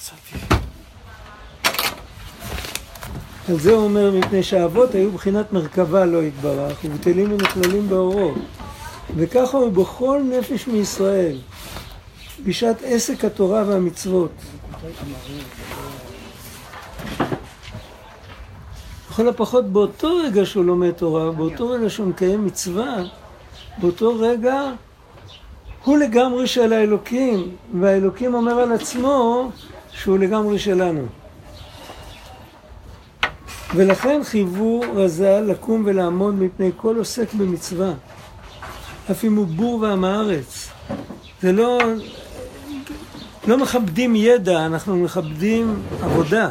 על זה הוא אומר, מפני שהאבות היו בחינת מרכבה לא יתברך, ובטלים ונכללים באורו. וככה הוא בכל נפש מישראל, בשעת עסק התורה והמצוות. לכל הפחות באותו רגע שהוא לומד תורה, באותו רגע שהוא מקיים מצווה, באותו רגע הוא לגמרי של האלוקים, והאלוקים אומר על עצמו שהוא לגמרי שלנו. ולכן חייבו רז"ל לקום ולעמוד מפני כל עוסק במצווה, אף אם הוא בור ועם הארץ. זה לא מכבדים ידע, אנחנו מכבדים עבודה.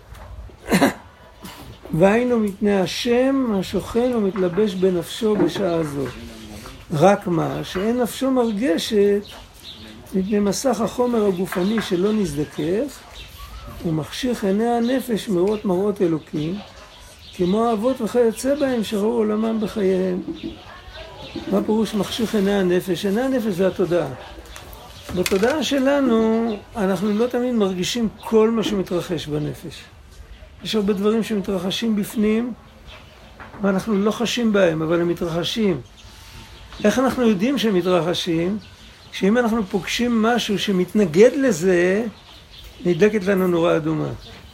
והיינו מפני השם השוכן ומתלבש בנפשו בשעה זו. רק מה, שאין נפשו מרגשת מפני מסך החומר הגופני שלא נזדקף, ומחשיך עיני הנפש מראות אלוקים, כמו האבות וכיוצא בהם שראו עולמם בחייהם. מה פירוש מחשיך עיני הנפש? עיני הנפש זה התודעה. בתודעה שלנו אנחנו לא תמיד מרגישים כל מה שמתרחש בנפש. יש הרבה דברים שמתרחשים בפנים, ואנחנו לא חשים בהם, אבל הם מתרחשים. איך אנחנו יודעים שהם מתרחשים? שאם אנחנו פוגשים משהו שמתנגד לזה, נדלקת לנו נורה אדומה.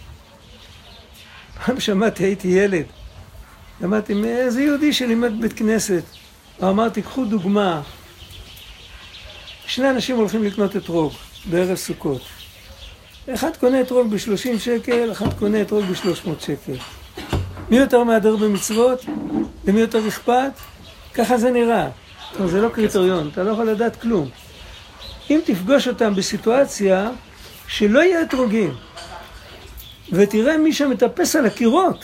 פעם שמעתי, הייתי ילד. למדתי מאיזה יהודי שלימד בית כנסת. אמרתי, קחו דוגמה. שני אנשים הולכים לקנות אתרוג בערב סוכות. אחד קונה אתרוג ב-30 שקל, אחד קונה אתרוג ב-300 שקל. מי יותר מהדר במצוות? למי יותר אכפת? ככה זה נראה. זה לא קריטריון, אתה לא יכול לדעת כלום. אם תפגוש אותם בסיטואציה שלא יהיה אתרוגים, ותראה מי שמטפס על הקירות,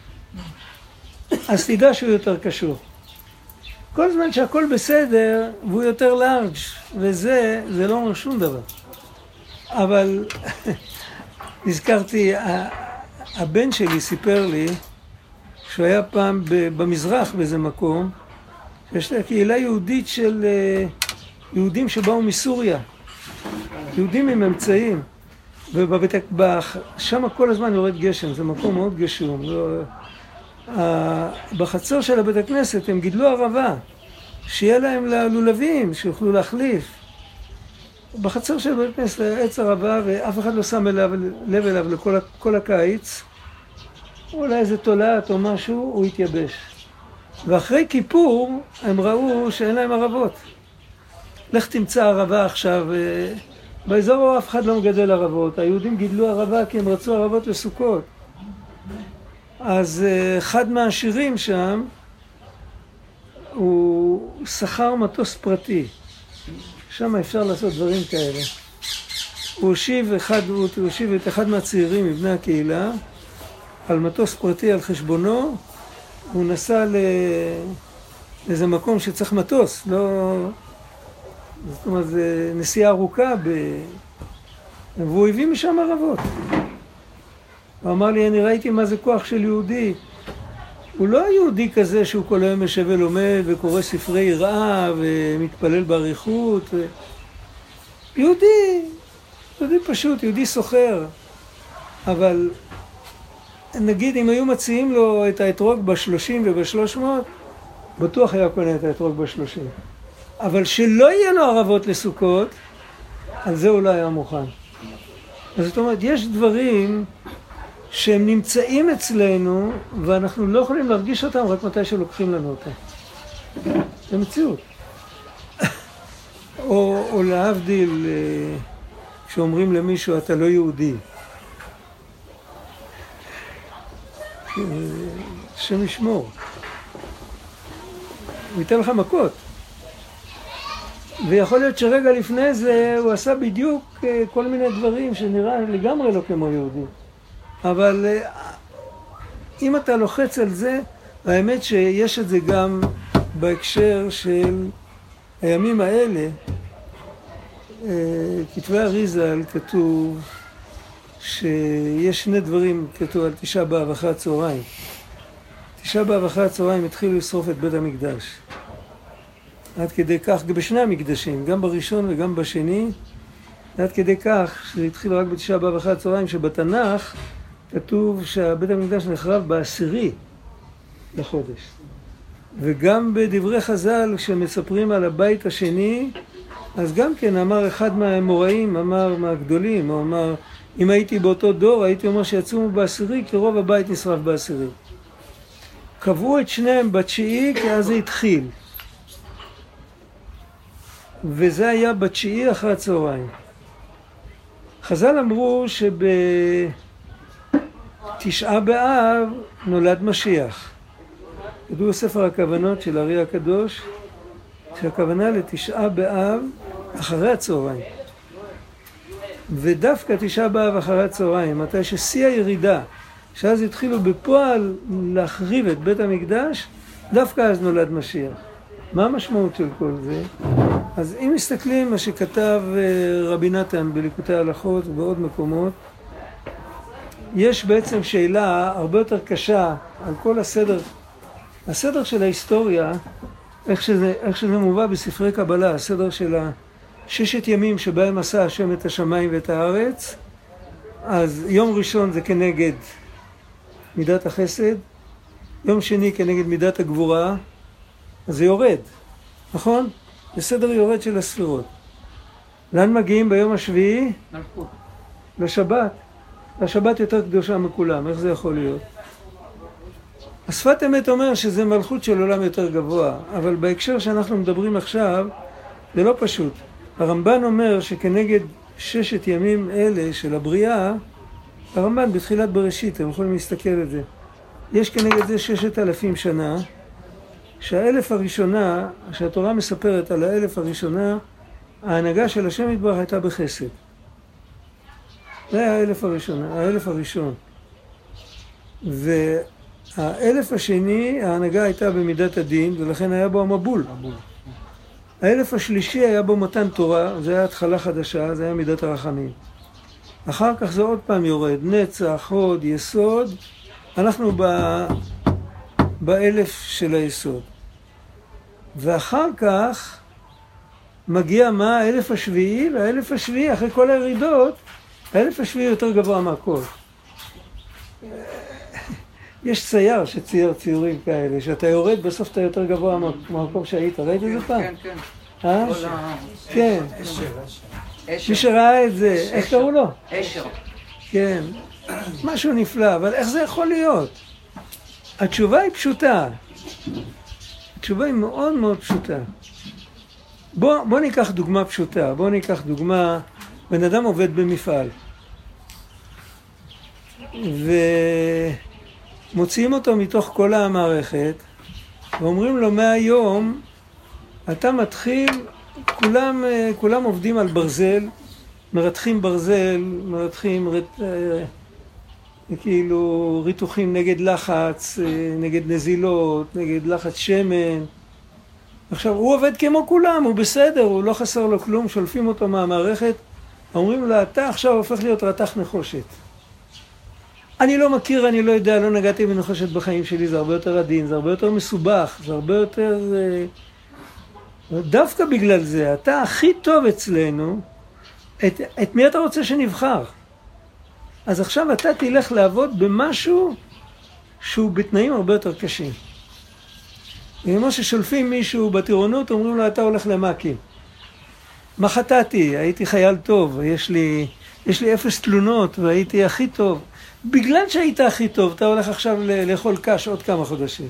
אז תדע שהוא יותר קשור. כל זמן שהכל בסדר, והוא יותר לארג', וזה לא אומר שום דבר. אבל נזכרתי, הבן שלי סיפר לי שהוא היה פעם במזרח באיזה מקום, יש לה קהילה יהודית של יהודים שבאו מסוריה, יהודים עם אמצעים, ושם כל הזמן יורד גשם, זה מקום מאוד גשום. בחצר של הבית הכנסת הם גידלו ערבה, שיהיה להם ללולבים, שיוכלו להחליף. בחצר של בית הכנסת עץ ערבה, ואף אחד לא שם לב אליו לכל הקיץ. אולי איזה תולעת או משהו, הוא התייבש. ואחרי כיפור הם ראו שאין להם ערבות. לך תמצא ערבה עכשיו. באזור אף אחד לא מגדל ערבות. היהודים גידלו ערבה כי הם רצו ערבות לסוכות. אז אחד מהעשירים שם, הוא שכר מטוס פרטי. שם אפשר לעשות דברים כאלה. הוא הושיב את אחד מהצעירים מבני הקהילה, על מטוס פרטי על חשבונו. הוא נסע לאיזה מקום שצריך מטוס, לא... זאת אומרת, זה נסיעה ארוכה, והוא הביא משם ערבות. הוא אמר לי, אני ראיתי מה זה כוח של יהודי. הוא לא יהודי כזה שהוא כל היום יושב ולומד וקורא ספרי יראה ומתפלל באריכות. יהודי פשוט, יהודי סוחר. אבל נגיד אם היו מציעים לו את האתרוג ב-30 וב-300, בטוח היה קונה את האתרוג ב-30. אבל שלא יהיה לו ערבות לסוכות, על זה הוא לא היה מוכן. אז זאת אומרת, יש דברים שהם נמצאים אצלנו, ואנחנו לא יכולים להרגיש אותם רק מתי שלוקחים לנו אותם. זה מציאות. או להבדיל, כשאומרים למישהו, אתה לא יהודי. שם ישמור. הוא ייתן לך מכות. ויכול להיות שרגע לפני זה הוא עשה בדיוק כל מיני דברים שנראה לגמרי לא כמו יהודי. אבל אם אתה לוחץ על זה, האמת שיש את זה גם בהקשר של הימים האלה. כתבי אריז"ל כתוב שיש שני דברים, כתוב על תשעה באב אחרי הצהריים. תשעה באב אחרי הצהריים התחילו לשרוף את בית המקדש. עד כדי כך, בשני המקדשים, גם בראשון וגם בשני, עד כדי כך שזה התחיל רק בתשעה באב אחר הצהריים, שבתנ"ך כתוב שהבית המקדש נחרב ב10 לחודש. וגם בדברי חז"ל, כשמספרים על הבית השני, אז גם כן אמר אחד מהאמוראים, אמר מהגדולים, הוא אמר, אם הייתי באותו דור, הייתי אומר שיצומו ב10, כי רוב הבית נשרף ב10. קבעו את שניהם ב9, כי אז זה התחיל. וזה היה ב9 אחר הצהריים. חז"ל אמרו שבתשעה באב נולד משיח. ידעו בספר הכוונות של הארי הקדוש, שהכוונה לתשעה באב אחרי הצהריים. ודווקא תשעה באב אחרי הצהריים, מתי ששיא הירידה, שאז התחילו בפועל להחריב את בית המקדש, דווקא אז נולד משיח. מה המשמעות של כל זה? אז אם מסתכלים מה שכתב רבי נתן בליקוטי ההלכות ובעוד מקומות, יש בעצם שאלה הרבה יותר קשה על כל הסדר של ההיסטוריה, איך שזה מובא בספרי קבלה, הסדר של ששת ימים שבהם עשה השם את השמיים ואת הארץ. אז יום ראשון זה כנגד מידת החסד, יום שני כנגד מידת הגבורה, אז זה יורד, נכון? זה סדר יורד של הספירות. לאן מגיעים ביום השביעי? לשבת. השבת יותר קדושה מכולם, איך זה יכול להיות? השפת אמת אומר שזה מלכות של עולם יותר גבוה, אבל בהקשר שאנחנו מדברים עכשיו, זה לא פשוט. הרמב"ן אומר שכנגד ששת ימים אלה של הבריאה, הרמב"ן בתחילת בראשית, אתם יכולים להסתכל על זה, יש כנגד זה 6,000 שנה, שהאלף הראשונה, שהתורה מספרת על האלף הראשונה, ההנהגה של השם יתברך הייתה בחסד. זה היה האלף הראשון. והאלף השני, ההנהגה הייתה במידת הדין, ולכן היה בו המבול. האלף השלישי היה בו מתן תורה, זה היה התחלה חדשה, זה היה מידת הרחמים. אחר כך זה עוד פעם יורד, נצח, הוד, יסוד, אנחנו באלף של היסוד. ואחר כך מגיע מה? האלף השביעי, והאלף השביעי, אחרי כל הירידות, האלף השביעי יותר גבוה מהכל. יש צייר שצייר ציורים כאלה, שאתה יורד, בסוף אתה יותר גבוה מהמקום שהיית. ראית את זה פעם? כן, כן. כן. מי שראה את זה, איך קראו לו? אשר. כן. משהו נפלא, אבל איך זה יכול להיות? התשובה היא פשוטה. התשובה היא מאוד מאוד פשוטה. בוא ניקח דוגמה פשוטה. בוא ניקח דוגמה, בן אדם עובד במפעל. ומוציאים אותו מתוך כל המערכת, ואומרים לו מהיום, אתה מתחיל, כולם עובדים על ברזל, מרתחים ברזל, כאילו ריתוחים נגד לחץ, נגד נזילות, נגד לחץ שמן. עכשיו, הוא עובד כמו כולם, הוא בסדר, הוא לא חסר לו כלום, שולפים אותו מהמערכת, אומרים לו, אתה עכשיו הופך להיות רתח נחושת. אני לא מכיר, אני לא יודע, לא נגעתי בנחושת בחיים שלי, זה הרבה יותר עדין, זה הרבה יותר מסובך, זה הרבה יותר... דווקא בגלל זה, אתה הכי טוב אצלנו, את מי אתה רוצה שנבחר? אז עכשיו אתה תלך לעבוד במשהו שהוא בתנאים הרבה יותר קשים. כמו ששולפים מישהו בטירונות, אומרים לו, אתה הולך למקים. מה חטאתי? הייתי חייל טוב, יש לי 0 תלונות והייתי הכי טוב. בגלל שהיית הכי טוב, אתה הולך עכשיו לאכול קש עוד כמה חודשים.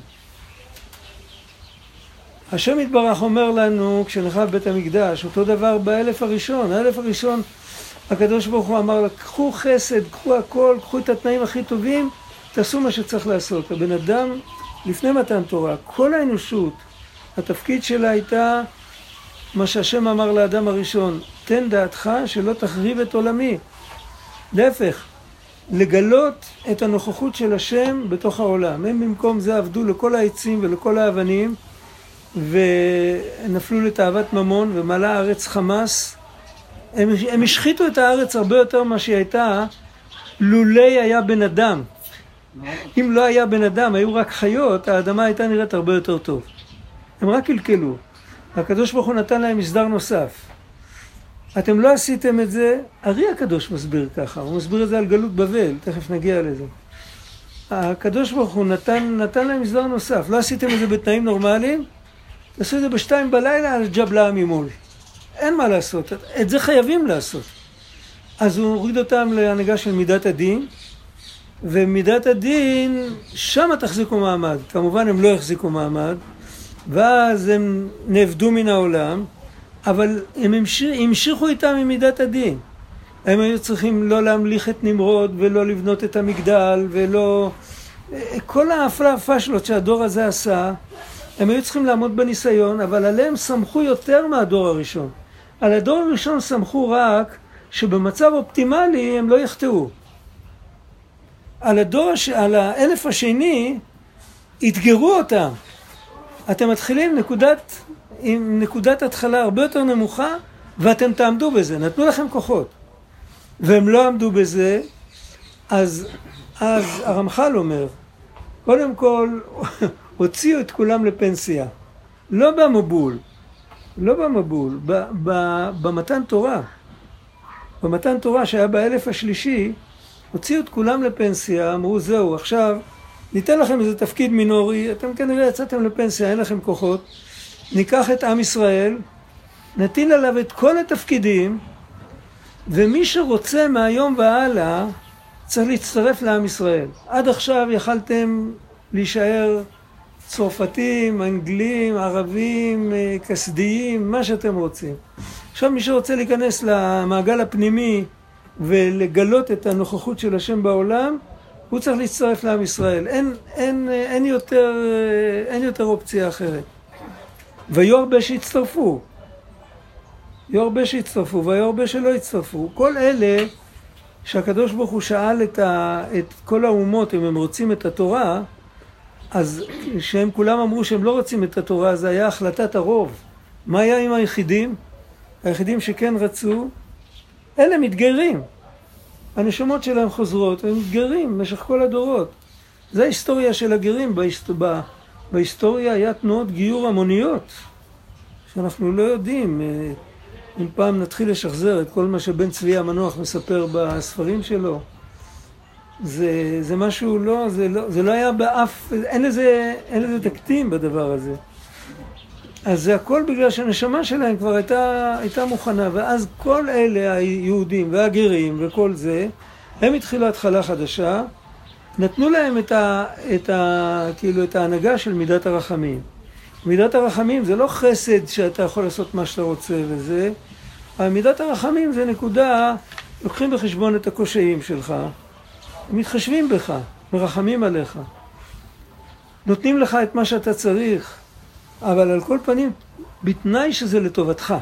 השם יתברך אומר לנו, כשנחרב בית המקדש, אותו דבר באלף הראשון. האלף הראשון, הקדוש ברוך הוא אמר לה, קחו חסד, קחו הכל, קחו את התנאים הכי טובים, תעשו מה שצריך לעשות. הבן אדם, לפני מתן תורה, כל האנושות, התפקיד שלה הייתה מה שהשם אמר לאדם הראשון, תן דעתך שלא תחריב את עולמי. להפך, לגלות את הנוכחות של השם בתוך העולם. הם במקום זה עבדו לכל העצים ולכל האבנים, ונפלו לתאוות ממון ומלא הארץ חמאס. הם השחיתו את הארץ הרבה יותר מה שהיא הייתה לולי היה בן אדם. אם לא היה בן אדם, היו רק חיות, האדמה הייתה נראית הרבה יותר טוב. הם רק קלקלו. הקדוש ברוך הוא נתן להם מסדר נוסף. אתם לא עשיתם את זה, הרי הקדוש מסביר ככה, הוא מסביר את זה על גלות בבל, תכף נגיע לזה. הקדוש ברוך הוא נתן להם מסדר נוסף, לא עשיתם את זה בתנאים נורמליים, תעשו את זה בשתיים בלילה על ג'בלה ממול. אין מה לעשות, את זה חייבים לעשות. אז הוא הוריד אותם להנהגה של מידת הדין, ומידת הדין, שם תחזיקו מעמד. כמובן הם לא יחזיקו מעמד, ואז הם נעבדו מן העולם, אבל הם המשיכו איתם עם מידת הדין. הם היו צריכים לא להמליך את נמרוד, ולא לבנות את המגדל, ולא... כל הפשלות שהדור הזה עשה, הם היו צריכים לעמוד בניסיון, אבל עליהם סמכו יותר מהדור הראשון. על הדור הראשון סמכו רק שבמצב אופטימלי הם לא יחטאו. על האלף השני התגרו אותם. אתם מתחילים עם נקודת התחלה הרבה יותר נמוכה, ואתם תעמדו בזה, נתנו לכם כוחות. והם לא עמדו בזה, אז הרמח"ל אומר, קודם כל, הוציאו את כולם לפנסיה. לא במבול, במתן תורה. במתן תורה שהיה באלף השלישי, הוציאו את כולם לפנסיה, אמרו זהו, עכשיו ניתן לכם איזה תפקיד מינורי, אתם כנראה יצאתם לפנסיה, אין לכם כוחות, ניקח את עם ישראל, נטיל עליו את כל התפקידים, ומי שרוצה מהיום והלאה, צריך להצטרף לעם ישראל. עד עכשיו יכלתם להישאר צרפתים, אנגלים, ערבים, כסדיים, מה שאתם רוצים. עכשיו מי שרוצה להיכנס למעגל הפנימי ולגלות את הנוכחות של השם בעולם, הוא צריך להצטרף לעם ישראל. אין יותר אופציה אחרת. והיו הרבה שהצטרפו. והיו הרבה שלא הצטרפו. כל אלה שהקדוש ברוך הוא שאל את כל האומות אם הם רוצים את התורה, אז שהם כולם אמרו שהם לא רוצים את התורה, זה היה החלטת הרוב. מה היה עם היחידים? היחידים שכן רצו, אלה מתגיירים. הנשמות שלהם חוזרות, הם מתגיירים במשך כל הדורות. זה ההיסטוריה של הגרים. בהיסטוריה היה תנועות גיור המוניות, שאנחנו לא יודעים. אם פעם נתחיל לשחזר את כל מה שבן צבי המנוח מספר בספרים שלו, זה משהו זה לא היה באף, אין לזה תקדים בדבר הזה. אז זה הכל בגלל שהנשמה שלהם כבר הייתה מוכנה, ואז כל אלה היהודים והגרים וכל זה, הם התחילו התחלה חדשה, נתנו להם כאילו את ההנהגה של מידת הרחמים. מידת הרחמים זה לא חסד שאתה יכול לעשות מה שאתה רוצה וזה, מידת הרחמים זה נקודה, לוקחים בחשבון את הקושיים שלך, מתחשבים בך, מרחמים עליך, נותנים לך את מה שאתה צריך, אבל על כל פנים, בתנאי שזה לטובתך.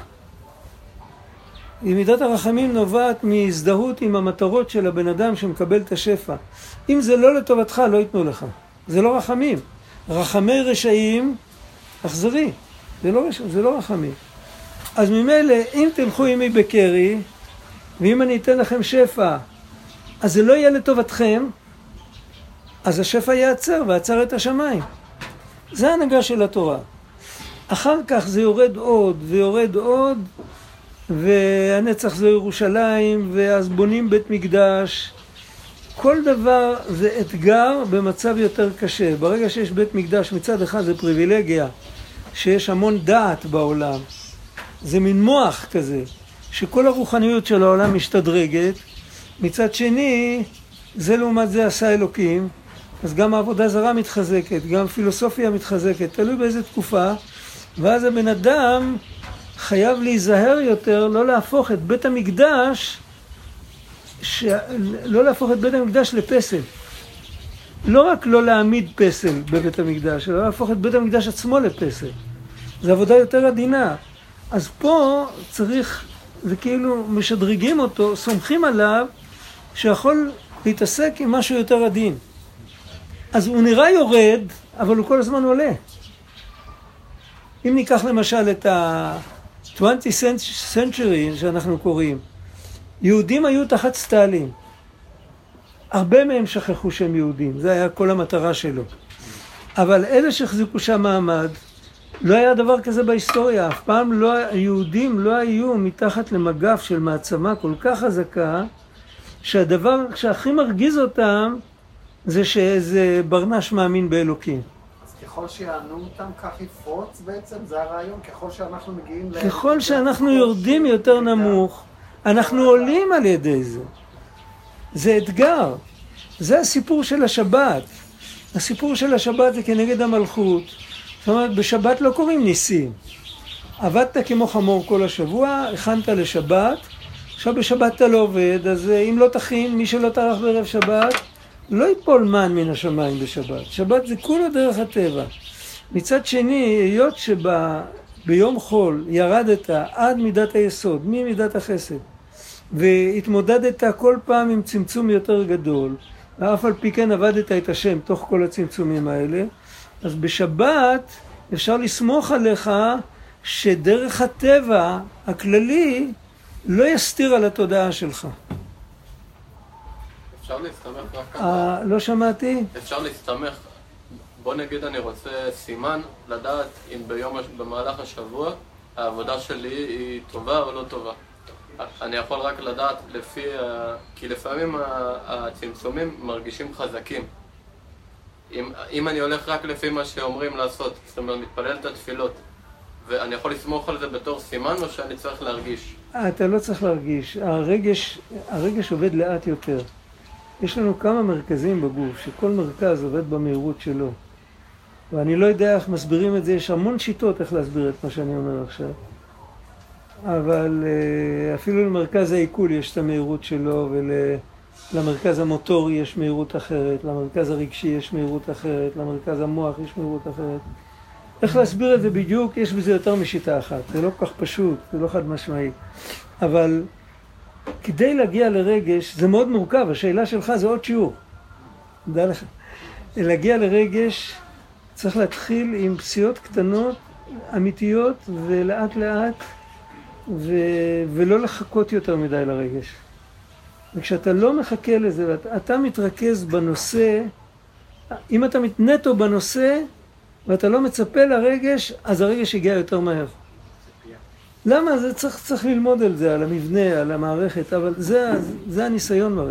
מידת הרחמים נובעת מהזדהות עם המטרות של הבן אדם שמקבל את השפע. אם זה לא לטובתך, לא ייתנו לך. זה לא רחמים. רחמי רשעים, אכזרי. זה לא רחמים. אז ממילא, אם תלכו עמי בקרי, ואם אני אתן לכם שפע, אז זה לא יהיה לטובתכם, אז השפע ייעצר ועצר את השמיים. זה ההנהגה של התורה. אחר כך זה יורד עוד ויורד עוד, והנצח זה ירושלים, ואז בונים בית מקדש. כל דבר זה אתגר במצב יותר קשה. ברגע שיש בית מקדש, מצד אחד זה פריבילגיה, שיש המון דעת בעולם. זה מין מוח כזה, שכל הרוחניות של העולם משתדרגת. מצד שני, זה לעומת זה עשה אלוקים, אז גם העבודה זרה מתחזקת, גם פילוסופיה מתחזקת, תלוי באיזה תקופה, ואז הבן אדם חייב להיזהר יותר, לא להפוך את בית המקדש, לא להפוך את בית המקדש לפסל. לא רק לא להעמיד פסל בבית המקדש, אלא להפוך את בית המקדש עצמו לפסל. זו עבודה יותר עדינה. אז פה צריך, זה כאילו משדרגים אותו, סומכים עליו, שיכול להתעסק עם משהו יותר עדין. אז הוא נראה יורד, אבל הוא כל הזמן עולה. אם ניקח למשל את ה-20th century שאנחנו קוראים, יהודים היו תחת סטלין. הרבה מהם שכחו שהם יהודים, זה היה כל המטרה שלו. אבל אלה שחזיקו שם מעמד, לא היה דבר כזה בהיסטוריה, אף פעם לא, היהודים לא היו מתחת למגף של מעצמה כל כך חזקה, שהדבר שהכי מרגיז אותם זה שאיזה ברנש מאמין באלוקים. אז ככל שיענו אותם כך יפרוץ בעצם, זה הרעיון, ככל שאנחנו מגיעים... ככל שאנחנו יורדים יותר נמוך, אנחנו עולים על ידי זה. זה אתגר. זה הסיפור של השבת. הסיפור של השבת זה כנגד המלכות. זאת אומרת, בשבת לא קוראים ניסים. עבדת כמו חמור כל השבוע, הכנת לשבת, עכשיו בשבת אתה לא עובד, אז אם לא תכין, מי שלא טרח בערב שבת, לא ייפול מן מן השמיים בשבת. שבת זה כולו דרך הטבע. מצד שני, היות שביום חול ירדת עד מידת היסוד, ממידת החסד, והתמודדת כל פעם עם צמצום יותר גדול, ואף על פי כן עבדת את השם תוך כל הצמצומים האלה, אז בשבת אפשר לסמוך עליך שדרך הטבע הכללי לא יסתיר על התודעה שלך. אפשר להסתמך רק ככה? לא שמעתי? אפשר להסתמך, בוא נגיד אני רוצה סימן לדעת אם במהלך השבוע העבודה שלי היא טובה או לא טובה. אני יכול רק לדעת לפי, כי לפעמים הצמצומים מרגישים חזקים. אם אני הולך רק לפי מה שאומרים לעשות, זאת אומרת מתפלל את התפילות, ואני יכול לסמוך על זה בתור סימן או שאני צריך להרגיש? אתה לא צריך להרגיש, הרגש עובד לאט יותר. יש לנו כמה מרכזים בגוף, שכל מרכז עובד במהירות שלו. ואני לא יודע איך מסבירים את זה, יש המון שיטות איך להסביר את מה שאני אומר עכשיו. אבל אפילו למרכז העיכול יש את המהירות שלו, ולמרכז המוטורי יש מהירות אחרת, למרכז הרגשי יש מהירות אחרת, למרכז המוח יש מהירות אחרת. איך להסביר את זה בדיוק? יש בזה יותר משיטה אחת. זה לא כל כך פשוט, זה לא חד משמעי. אבל כדי להגיע לרגש, זה מאוד מורכב, השאלה שלך זה עוד שיעור. דע לך. להגיע לרגש צריך להתחיל עם פסיעות קטנות, אמיתיות, ולאט לאט, ולא לחכות יותר מדי לרגש. וכשאתה לא מחכה לזה, אתה מתרכז בנושא, אם אתה נטו בנושא, ואתה לא מצפה לרגש, אז הרגש יגיע יותר מהר. למה? זה צריך ללמוד על זה, על המבנה, על המערכת, אבל זה הניסיון מראה.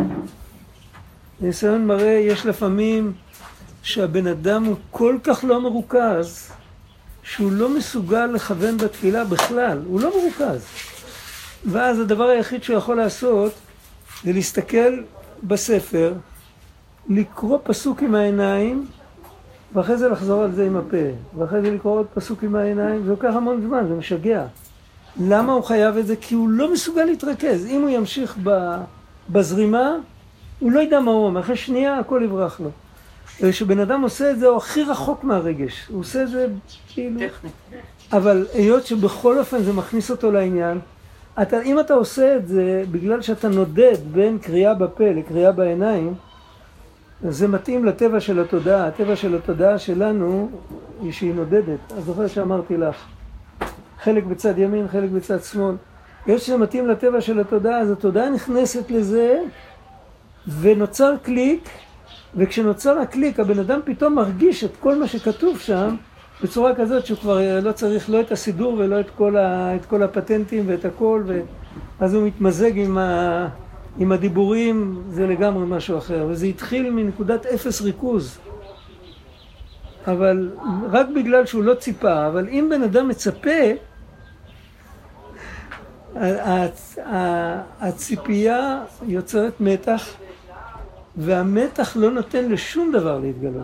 הניסיון מראה, יש לפעמים שהבן אדם הוא כל כך לא מרוכז, שהוא לא מסוגל לכוון בתפילה בכלל, הוא לא מרוכז. ואז הדבר היחיד שהוא יכול לעשות, זה להסתכל בספר, לקרוא פסוק עם העיניים, ואחרי זה לחזור על זה עם הפה, ואחרי זה לקרוא עוד פסוק עם העיניים, זה לוקח המון זמן, זה משגע. למה הוא חייב את זה? כי הוא לא מסוגל להתרכז. אם הוא ימשיך בזרימה, הוא לא ידע מה הוא אומר. אחרי שנייה הכל יברח לו. כשבן אדם עושה את זה, הוא הכי רחוק מהרגש. הוא עושה את זה כאילו... טכני. אבל היות שבכל אופן זה מכניס אותו לעניין, אם אתה עושה את זה בגלל שאתה נודד בין קריאה בפה לקריאה בעיניים, זה מתאים לטבע של התודעה. הטבע של התודעה שלנו היא שהיא נודדת. אז זוכר שאמרתי לך, חלק בצד ימין, חלק בצד שמאל. יש שזה מתאים לטבע של התודעה, אז התודעה נכנסת לזה, ונוצר קליק, וכשנוצר הקליק, הבן אדם פתאום מרגיש את כל מה שכתוב שם, בצורה כזאת שהוא כבר לא צריך לא את הסידור ולא את כל הפטנטים ואת הכל, אז הוא מתמזג עם הדיבורים, זה לגמרי משהו אחר. וזה התחיל מנקודת אפס ריכוז. אבל רק בגלל שהוא לא ציפה, אבל אם בן אדם מצפה, הציפייה יוצרת מתח, והמתח לא נותן לשום דבר להתגלות.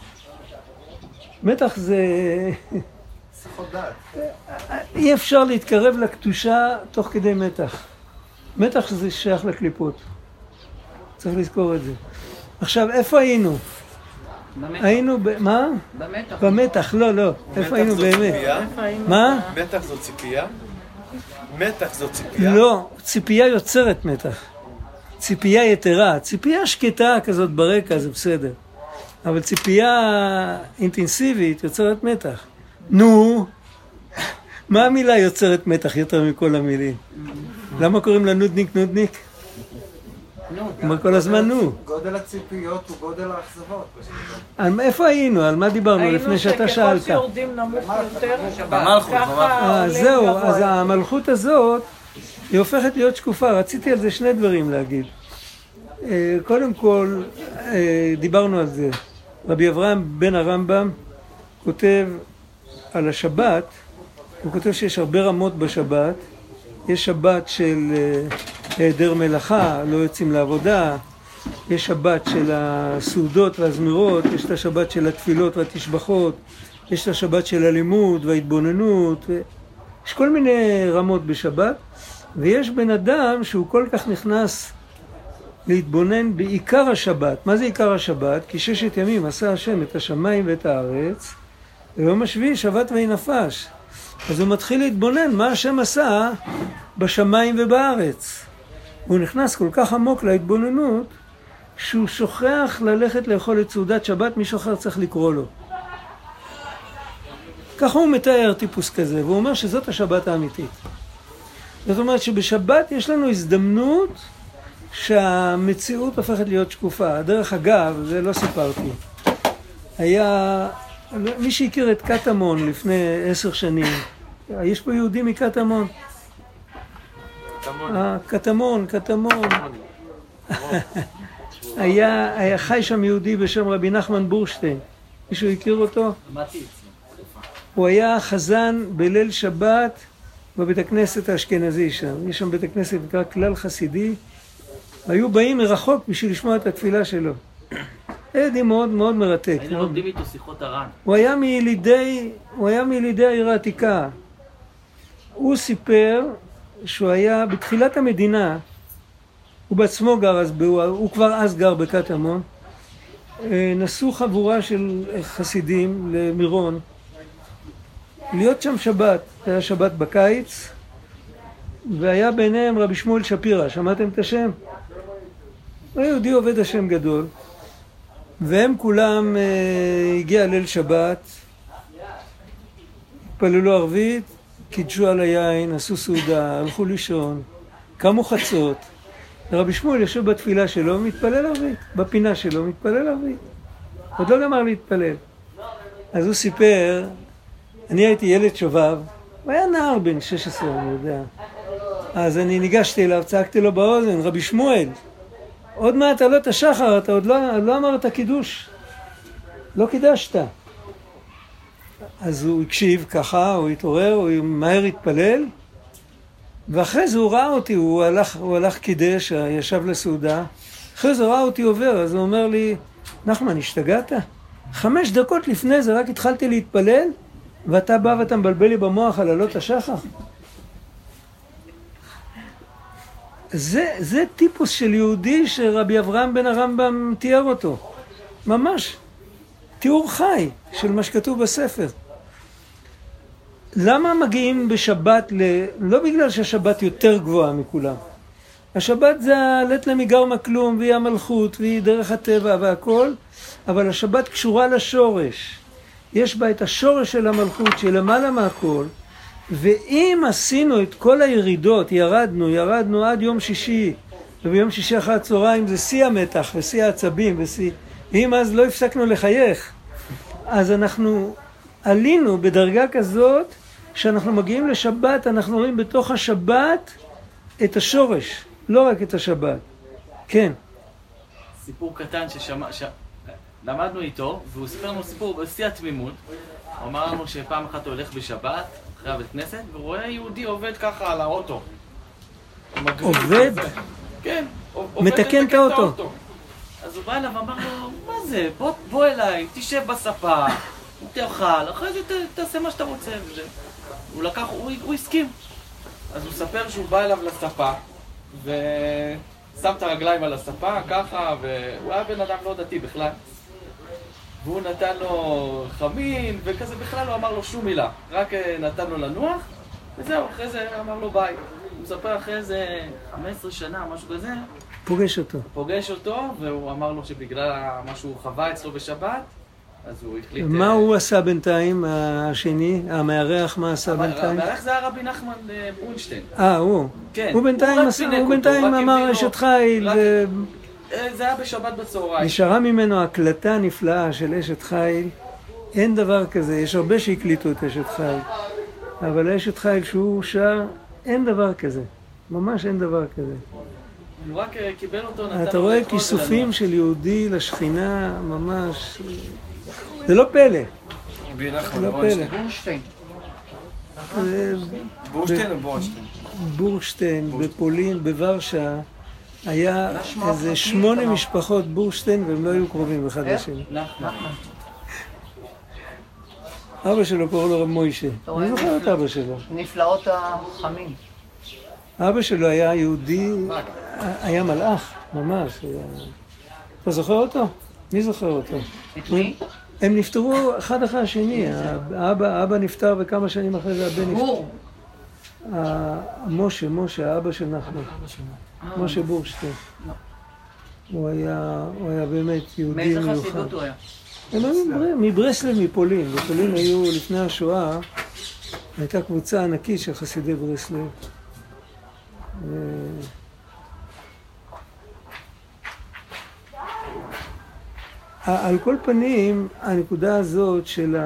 מתח זה... שיחות דעת. אי אפשר להתקרב לקדושה תוך כדי מתח. מתח זה שייך לקליפות. צריך לזכור את זה. עכשיו, איפה היינו? במתח. היינו מה? במתח. במתח, לא. איפה היינו באמת? מה? מתח זו ציפייה? מתח זו ציפייה? לא, ציפייה יוצרת מתח. ציפייה יתרה, ציפייה שקטה כזאת ברקע, זה בסדר. אבל ציפייה אינטנסיבית יוצרת מתח. נו, מה המילה יוצרת מתח יותר מכל המילים? למה קוראים לה נודניק נודניק? הוא אומר כל הזמן נו. גודל הציפיות הוא גודל האכזבות. איפה היינו? על מה דיברנו לפני שאתה שאלת? היינו שככל שיורדים נמוך יותר, במלכות, ככה זהו, אז המלכות הזאת היא הופכת להיות שקופה. רציתי על זה שני דברים להגיד. קודם כל, דיברנו על זה. רבי אברהם בן הרמב"ם כותב על השבת, הוא כותב שיש הרבה רמות בשבת. יש שבת של היעדר מלאכה, לא יוצאים לעבודה. יש שבת של הסעודות והזמירות, יש את השבת של התפילות והתשבחות, יש את השבת של הלימוד וההתבוננות. יש כל מיני רמות בשבת, ויש בן אדם שהוא כל כך נכנס להתבונן בעיקר השבת. מה זה עיקר השבת? כי 6 ימים עשה השם את השמיים ואת הארץ, ויום השביעי שבת ויהי נפש. אז הוא מתחיל להתבונן מה השם עשה בשמיים ובארץ. הוא נכנס כל כך עמוק להתבוננות, שהוא שוכח ללכת לאכול את סעודת שבת, מישהו אחר צריך לקרוא לו. ככה הוא מתאר טיפוס כזה, והוא אומר שזאת השבת האמיתית. זאת אומרת שבשבת יש לנו הזדמנות שהמציאות הופכת להיות שקופה. דרך אגב, זה לא סיפרתי. היה, מי שהכיר את קטמון לפני 10 שנים, יש פה יהודי מקטמון. קטמון. היה חי שם יהודי בשם רבי נחמן בורשטיין. מישהו הכיר אותו? הוא היה חזן בליל שבת בבית הכנסת האשכנזי שם. יש שם בית הכנסת נקרא כלל חסידי. היו באים מרחוק בשביל לשמוע את התפילה שלו. יהודי מאוד מאוד מרתק. היינו לומדים איתו שיחות הר"ן. הוא היה מילידי העיר העתיקה. הוא סיפר שהוא היה בתחילת המדינה, הוא בעצמו גר, הוא כבר אז גר בקטמון, נסעו חבורה של חסידים למירון, להיות שם שבת. היה שבת בקיץ, והיה ביניהם רבי שמואל שפירא. שמעתם את השם? הוא יהודי עובד השם גדול, והם כולם הגיע ליל שבת, התפללו ערבית, קידשו על היין, עשו סעודה, הלכו לישון, קמו חצות. רבי שמואל יושב בתפילה שלו, מתפלל ערבית, בפינה שלו, מתפלל ערבית. עוד לא גמר להתפלל. אז הוא סיפר, אני הייתי ילד שובב, הוא היה נער בן 16, אני יודע. אז אני ניגשתי אליו, צעקתי לו באוזן, רבי שמואל, עוד מעט עלות השחר, אתה עוד לא אמרת קידוש, לא קידשת. אז הוא הקשיב ככה, הוא התעורר, הוא מהר התפלל, ואחרי זה הוא ראה אותי, הוא הלך קידש, ישב לסעודה, אחרי זה הוא ראה אותי עובר, אז הוא אומר לי, נחמן, השתגעת? 5 דקות לפני זה רק התחלתי להתפלל, ואתה בא ואתה מבלבל לי במוח על עלות השחר. זה טיפוס של יהודי שרבי אברהם בן הרמב"ם תיאר אותו. ממש. תיאור חי של מה שכתוב בספר. למה מגיעים בשבת לא בגלל שהשבת יותר גבוהה מכולם. השבת זה הלט למיגרמה כלום, והיא המלכות, והיא דרך הטבע והכל, אבל השבת קשורה לשורש. יש בה את השורש של המלכות שלמעלה מהכל, ואם עשינו את כל הירידות, ירדנו עד יום שישי, וביום שישי אחר הצהריים זה שיא המתח ושיא העצבים ואם אז לא הפסקנו לחייך, אז אנחנו עלינו בדרגה כזאת שאנחנו מגיעים לשבת, אנחנו רואים בתוך השבת את השורש, לא רק את השבת. כן. סיפור קטן למדנו איתו, והוא סיפר לנו סיפור בשיא התמימות. הוא אמר לנו שפעם אחת הוא הולך בשבת אחרי הבית כנסת, ורואה יהודי עובד ככה על האוטו. עובד? כן, מתקן את האוטו. אז הוא בא אליו ואמר לו, מה זה? בוא אליי, תשב בספה, תאכל, אחרי זה תעשה מה שאתה רוצה. הוא הסכים. אז הוא ספר שהוא בא אליו לספה, ושם את הרגליים על הספה, ככה, והוא היה בן אדם לא דתי בכלל. והוא נתן לו חמין, וכזה בכלל לא אמר לו שום מילה. רק נתן לו לנוח, וזהו, אחרי זה אמר לו ביי. הוא מספר אחרי זה 15 שנה, משהו כזה. פוגש אותו, והוא אמר לו שבגלל מה שהוא חווה אצלו בשבת, אז הוא החליט... מה הוא עשה בינתיים, השני, המארח, מה עשה בינתיים? המארח זה היה רבי נחמן ברונשטיין. הוא. כן. הוא בינתיים אמר אשת חיל. זה היה בשבת בצהריים. נשארה ממנו הקלטה נפלאה של אשת חיל. אין דבר כזה, יש הרבה שהקליטו את אשת חיל. אבל אשת חיל שהוא שר, אין דבר כזה. ממש אין דבר כזה. הוא רק קיבל אותו, נתן... אתה רואה כיסופים של יהודי לשכינה, ממש... זה לא פלא. רבי נחמן לא פלא. בורשטיין. בורשטיין או בורשטיין? בורשטיין, בפולין, בוורשה, היה איזה 8 משפחות בורשטיין והם לא היו קרובים אחד לשני. אבא שלו קורא לו רב מוישה. אני זוכר את אבא שלו. נפלאות החמים. אבא שלו היה יהודי, היה מלאך, ממש. אתה זוכר אותו? מי זוכר אותו? את מי? הם נפטרו אחד אחרי השני. האבא נפטר וכמה שנים אחרי זה הבן נפטר. משה, האבא של נחמן. משה בורשטיין. הוא היה באמת יהודי מיוחד. מאיזה חסידות הוא היה? הם היו מברסלב, מפולין. בפולין היו לפני השואה, הייתה קבוצה ענקית של חסידי ברסלב. על כל פנים, הנקודה הזאת של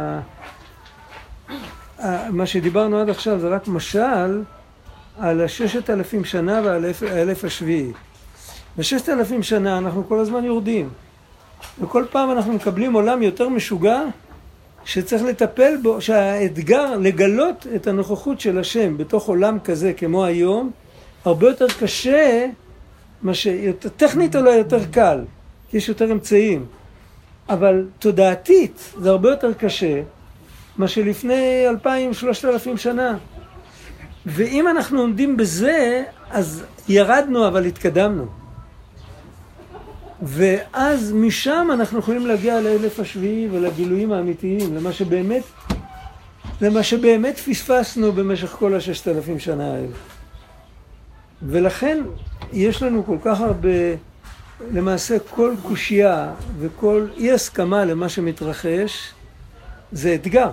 מה שדיברנו עד עכשיו זה רק משל על 6,000 שנה ועל 1,000 השביעי. ב6,000 שנה אנחנו כל הזמן יורדים. וכל פעם אנחנו מקבלים עולם יותר משוגע שצריך לטפל בו, שהאתגר לגלות את הנוכחות של השם בתוך עולם כזה כמו היום, הרבה יותר קשה, טכנית אולי יותר קל, כי יש יותר אמצעים. אבל תודעתית זה הרבה יותר קשה, מה שלפני 2,000-3,000 שנה. ואם אנחנו עומדים בזה, אז ירדנו אבל התקדמנו. ואז משם אנחנו יכולים להגיע ל1,000 השביעי ולגילויים האמיתיים, למה שבאמת פספסנו במשך כל 6,000 שנה האלה. ולכן יש לנו כל כך הרבה, למעשה כל קושייה וכל אי הסכמה למה שמתרחש, זה אתגר.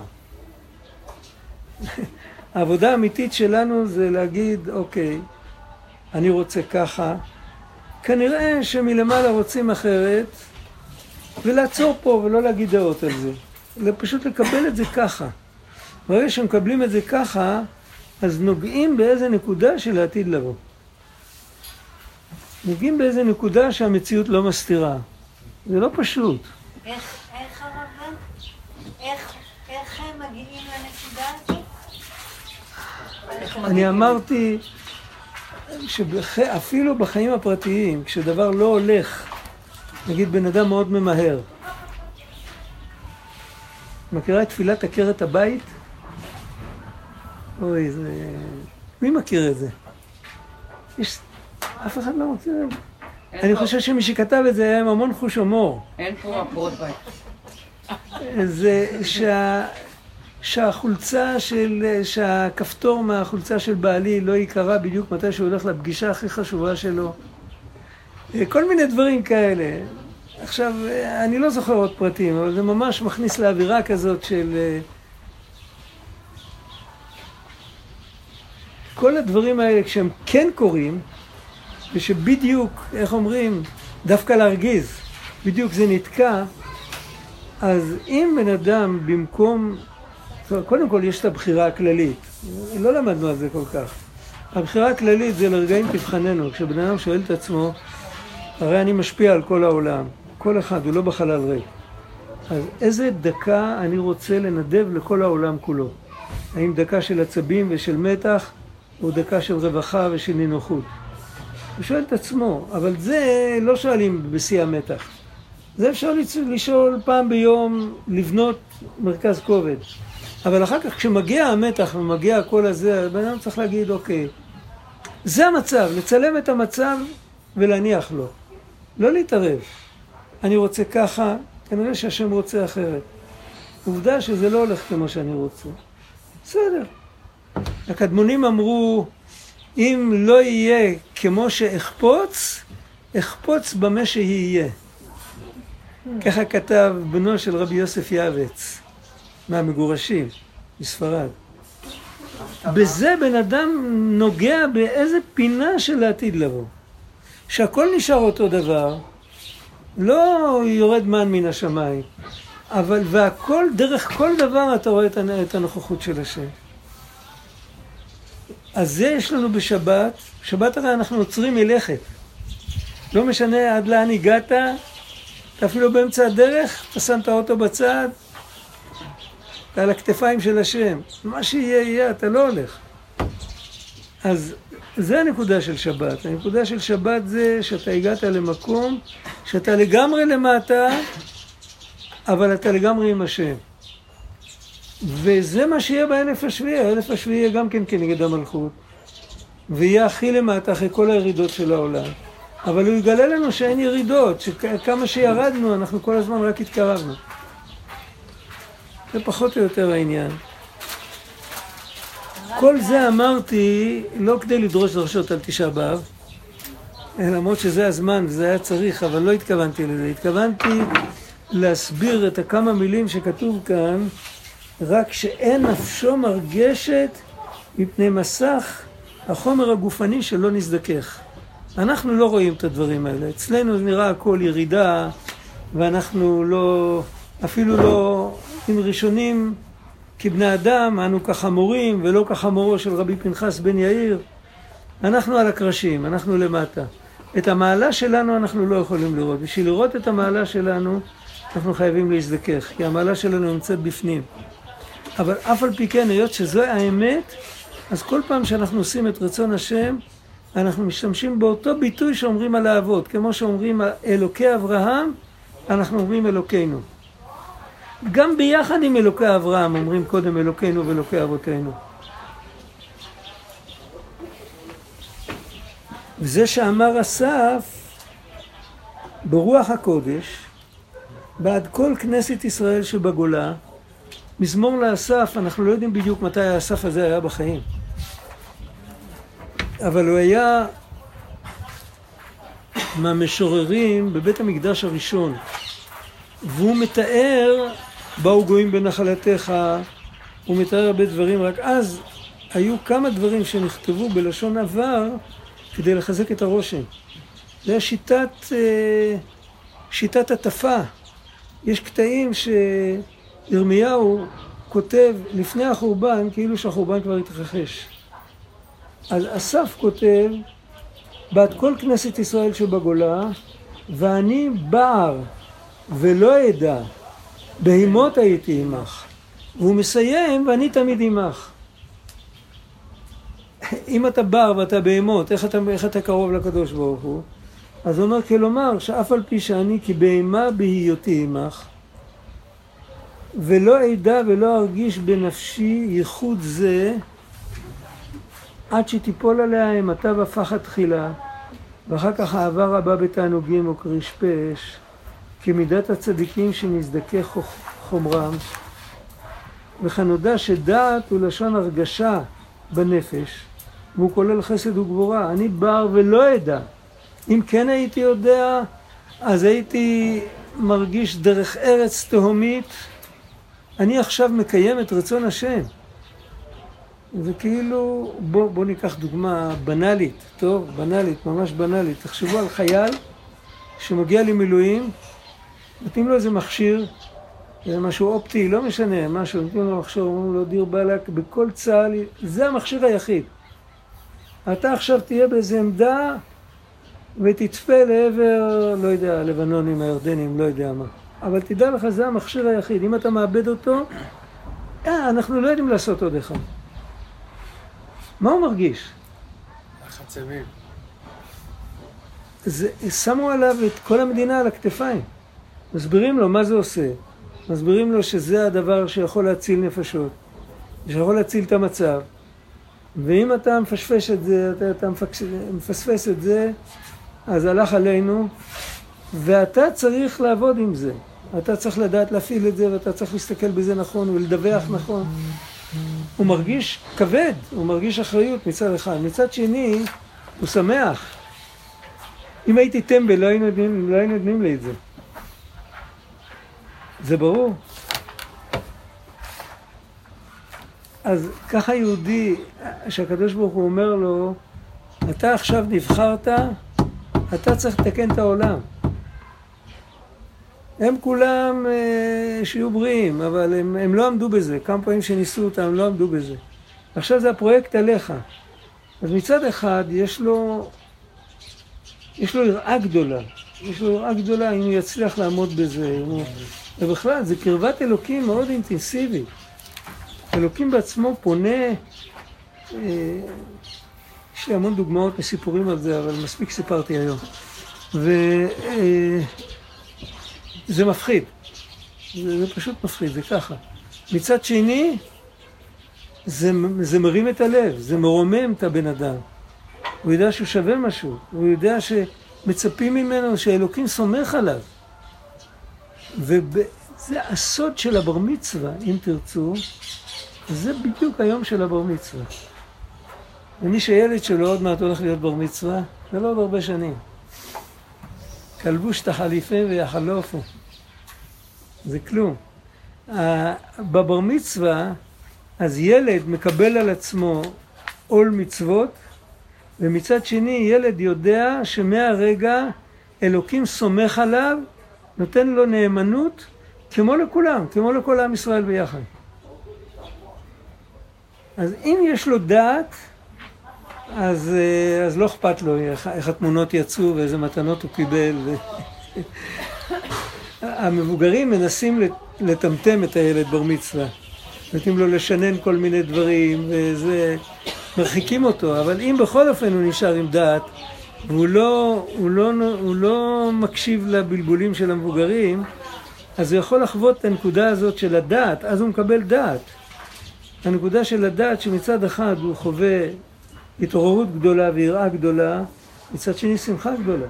העבודה האמיתית שלנו זה להגיד, אוקיי, אני רוצה ככה, כנראה שמלמעלה רוצים אחרת, ולעצור פה ולא להגיד דעות על זה. פשוט לקבל את זה ככה. ברגע שמקבלים את זה ככה, אז נוגעים באיזה נקודה של העתיד לבוא. נוגעים באיזה נקודה שהמציאות לא מסתירה. זה לא פשוט. איך הרב? איך הם מגיעים לנקודה הזאת? אני אמרתי שאפילו בחיים הפרטיים, כשדבר לא הולך, נגיד בן אדם מאוד ממהר. מכירה את תפילת עקרת הבית? אוי, זה... מי מכיר את זה? אף אחד לא מכיר את זה. אני חושב שמי שכתב את זה היה עם המון חוש הומור. אין פה עקרות בית. זה שהכפתור מהחולצה של בעלי לא יקרה בדיוק מתי שהוא הולך לפגישה הכי חשובה שלו. כל מיני דברים כאלה. עכשיו, אני לא זוכר עוד פרטים, אבל זה ממש מכניס לאווירה כזאת של... כל הדברים האלה כשהם כן קורים, ושבדיוק, איך אומרים, דווקא להרגיז, בדיוק זה נתקע, אז אם בן אדם במקום... קודם כל יש את הבחירה הכללית, לא למדנו על זה כל כך. הבחירה הכללית זה לרגעים תבחננו, כשבן אדם שואל את עצמו, הרי אני משפיע על כל העולם, כל אחד, הוא לא בחלל ריק. אז איזה דקה אני רוצה לנדב לכל העולם כולו? האם דקה של עצבים ושל מתח, או דקה של רווחה ושל נינוחות? הוא שואל את עצמו, אבל זה לא שואלים בשיא המתח. זה אפשר לשאול פעם ביום, לבנות מרכז כובד. אבל אחר כך כשמגיע המתח ומגיע הכל הזה, בן אדם צריך להגיד, אוקיי, זה המצב, לצלם את המצב ולהניח לו. לא להתערב. אני רוצה ככה, כנראה שהשם רוצה אחרת. עובדה שזה לא הולך כמו שאני רוצה. בסדר. הקדמונים אמרו, אם לא יהיה כמו שאחפוץ, אחפוץ במה שיהיה. ככה כתב בנו של רבי יוסף יעבץ, מהמגורשים, מספרד. בזה בן אדם נוגע באיזה פינה של העתיד לבוא. שהכל נשאר אותו דבר, לא יורד מן מן השמיים, אבל והכל, דרך כל דבר אתה רואה את הנוכחות של השם. אז זה יש לנו בשבת. בשבת הרי אנחנו עוצרים מלכת. לא משנה עד לאן הגעת, אתה אפילו באמצע הדרך, אתה שם את האוטו בצד, אתה על הכתפיים של השם. מה שיהיה יהיה, אתה לא הולך. אז זה הנקודה של שבת. הנקודה של שבת זה שאתה הגעת למקום, שאתה לגמרי למטה, אבל אתה לגמרי עם השם. וזה מה שיהיה באלף השביעי. האלף השביעי יהיה גם כן כנגד המלכות. ויהיה הכי למטה אחרי כל הירידות של העולם. אבל הוא יגלה לנו שאין ירידות, שכמה שירדנו אנחנו כל הזמן רק התקרבנו. זה פחות או יותר העניין. כל זה אמרתי לא כדי לדרוש דרשות על תשעה באב, למרות שזה הזמן וזה היה צריך, אבל לא התכוונתי לזה. התכוונתי להסביר את הכמה מילים שכתוב כאן, רק שאין נפשו מרגשת מפני מסך החומר הגופני שלא נזדכך. אנחנו לא רואים את הדברים האלה. אצלנו נראה הכל ירידה, ואנחנו לא, אפילו לא, עם ראשונים כבני אדם, אנו כחמורים ולא כחמורו של רבי פנחס בן יאיר. אנחנו על הקרשים, אנחנו למטה. את המעלה שלנו אנחנו לא יכולים לראות. בשביל לראות את המעלה שלנו, אנחנו חייבים להזדכך, כי המעלה שלנו נמצאת בפנים. אבל אף על פי כן, היות שזו האמת, אז כל פעם שאנחנו עושים את רצון השם, אנחנו משתמשים באותו ביטוי שאומרים על האבות. כמו שאומרים אלוקי אברהם, אנחנו אומרים אלוקינו. גם ביחד עם אלוקי אברהם אומרים קודם אלוקינו ואלוקי אבותינו. וזה שאמר אסף ברוח הקודש, בעד כל כנסת ישראל שבגולה, מזמור לאסף, אנחנו לא יודעים בדיוק מתי האסף הזה היה בחיים. אבל הוא היה מהמשוררים בבית המקדש הראשון. והוא מתאר, באו גויים בנחלתך, הוא מתאר הרבה דברים, רק אז היו כמה דברים שנכתבו בלשון עבר כדי לחזק את הרושם. זה היה שיטת הטפה. יש קטעים שירמיהו כותב לפני החורבן, כאילו שהחורבן כבר התרחש. אז אסף כותב, בעד כל כנסת ישראל שבגולה, ואני בער ולא אדע, בהימות הייתי עמך. והוא מסיים, ואני תמיד עמך. אם אתה בער ואתה בהימות, איך אתה קרוב לקדוש ברוך הוא? אז הוא אומר, כלומר, שאף על פי שאני כבהמה בהיותי עמך, ולא אדע ולא ארגיש בנפשי ייחוד זה, עד שתיפול עליה אימתה ופחד תחילה, ואחר כך אהבה רבה בתענוגים או קרישפש, כמידת הצדיקים שנזדכך חומרם, וכנודע שדעת הוא לשון הרגשה בנפש, והוא כולל חסד וגבורה. אני בר ולא אדע. אם כן הייתי יודע, אז הייתי מרגיש דרך ארץ תהומית. אני עכשיו מקיים את רצון השם. זה כאילו, בוא ניקח דוגמה בנאלית, טוב? בנאלית, ממש בנאלית. תחשבו על חייל שמגיע למילואים, נותנים לו איזה מכשיר, משהו אופטי, לא משנה, משהו, נותנים לו מכשיר, אומרים לו דיר בלק, בכל צהל, זה המכשיר היחיד. אתה עכשיו תהיה באיזה עמדה ותצפה לעבר, לא יודע, לבנונים, הירדנים, לא יודע מה. אבל תדע לך, זה המכשיר היחיד. אם אתה מאבד אותו, אנחנו לא יודעים לעשות עוד אחד. מה הוא מרגיש? החצבים. שמו עליו את כל המדינה על הכתפיים. מסבירים לו מה זה עושה. מסבירים לו שזה הדבר שיכול להציל נפשות. שיכול להציל את המצב. ואם אתה מפשפש את זה, אתה מפספס את זה, אז הלך עלינו. ואתה צריך לעבוד עם זה. אתה צריך לדעת להפעיל את זה, ואתה צריך להסתכל בזה נכון ולדווח נכון. הוא מרגיש כבד, הוא מרגיש אחריות מצד אחד. מצד שני, הוא שמח. אם הייתי טמבל, לא היינו נותנים לי את זה. זה ברור. אז ככה יהודי, שהקדוש ברוך הוא אומר לו, אתה עכשיו נבחרת, אתה צריך לתקן את העולם. הם כולם שיהיו בריאים, אבל הם לא עמדו בזה. כמה פעמים שניסו אותם, הם לא עמדו בזה. עכשיו זה הפרויקט עליך. אז מצד אחד יש לו יראה גדולה. יש לו יראה גדולה אם הוא יצליח לעמוד בזה. ובכלל, זה קרבת אלוקים מאוד אינטנסיבית. אלוקים בעצמו פונה, יש לי המון דוגמאות וסיפורים על זה, אבל מספיק סיפרתי היום. זה מפחיד. זה פשוט מפחיד, זה ככה. מצד שני, זה מרים את הלב, זה מרומם את הבן אדם. הוא יודע שהוא שווה משהו, הוא יודע שמצפים ממנו, שהאלוקים סומך עליו. וזה הסוד של הבר מצווה, אם תרצו, זה בדיוק היום של הבר מצווה. ומי שילד שלו עוד מעט הולך להיות בר מצווה, זה לא עוד הרבה שנים. כלבוש תחליפים ויחלופו. זה כלום. בבר מצווה, אז ילד מקבל על עצמו עול מצוות, ומצד שני ילד יודע שמהרגע אלוקים סומך עליו, נותן לו נאמנות, כמו לכולם, כמו לכל עם ישראל ביחד. אז אם יש לו דעת, אז לא אכפת לו איך התמונות יצאו ואיזה מתנות הוא קיבל. המבוגרים מנסים לטמטם את הילד בר מצווה. נותנים לו לשנן כל מיני דברים, וזה מרחיקים אותו. אבל אם בכל אופן הוא נשאר עם דעת, והוא לא מקשיב לבלבולים של המבוגרים, אז הוא יכול לחוות את הנקודה הזאת של הדעת, אז הוא מקבל דעת. הנקודה של הדעת שמצד אחד הוא חווה התעוררות גדולה ויראה גדולה, מצד שני שמחה גדולה.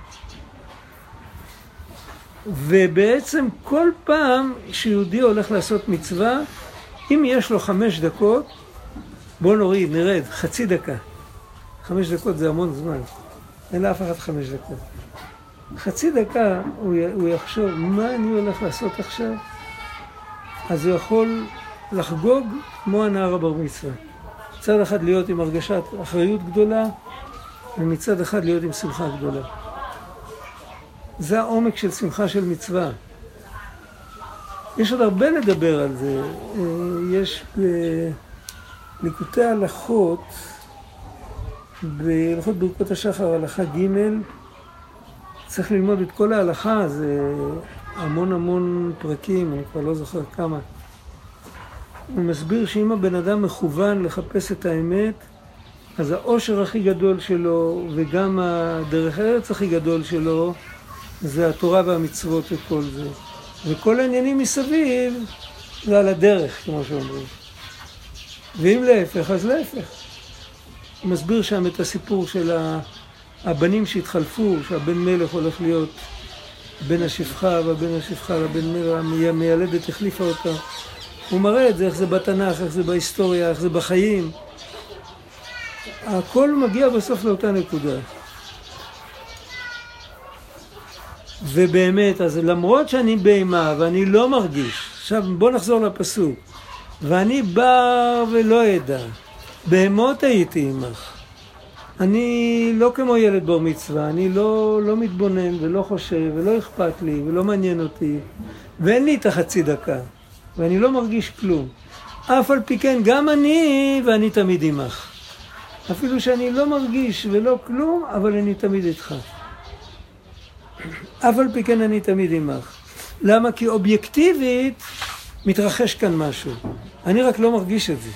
ובעצם כל פעם שיהודי הולך לעשות מצווה, אם יש לו 5 דקות, בוא נרד, חצי דקה. 5 דקות זה המון זמן. אין לאף אחד 5 דקות. חצי דקה הוא יחשוב, מה אני הולך לעשות עכשיו? אז הוא יכול לחגוג כמו הנער הבר מצווה. מצד אחד להיות עם הרגשת אחריות גדולה, ומצד אחד להיות עם שמחה גדולה. זה העומק של שמחה של מצווה. יש עוד הרבה לדבר על זה. יש בליקוטי הלכות, בהלכות ברכות השחר, הלכה ג', צריך ללמוד את כל ההלכה, זה המון פרקים, אני כבר לא זוכר כמה. הוא מסביר שאם הבן אדם מכוון לחפש את האמת, אז העושר הכי גדול שלו, וגם הדרך ארץ הכי גדול שלו, זה התורה והמצוות וכל זה. וכל העניינים מסביב, זה על הדרך, כמו שאומרים. ואם להפך, אז להפך. הוא מסביר שם את הסיפור של הבנים שהתחלפו, שהבן מלך הולך להיות בן השפחה, והבן השפחה לבן מלך, המיילדת החליפה אותה. הוא מראה את זה, איך זה בתנ"ך, איך זה בהיסטוריה, איך זה בחיים. הכל מגיע בסוף לאותה נקודה. ובאמת, אז למרות שאני בהמה ואני לא מרגיש, עכשיו בוא נחזור לפסוק, ואני בא ולא ידע, בהמות הייתי עמך. אני לא כמו ילד בר מצווה, אני לא מתבונן ולא חושב ולא אכפת לי ולא מעניין אותי, ואין לי את החצי דקה, ואני לא מרגיש כלום. אף על פי כן, גם אני ואני תמיד עמך. אפילו שאני לא מרגיש ולא כלום, אבל אני תמיד איתך. אף על פי כן אני תמיד עמך. למה? כי אובייקטיבית מתרחש כאן משהו. אני רק לא מרגיש את זה.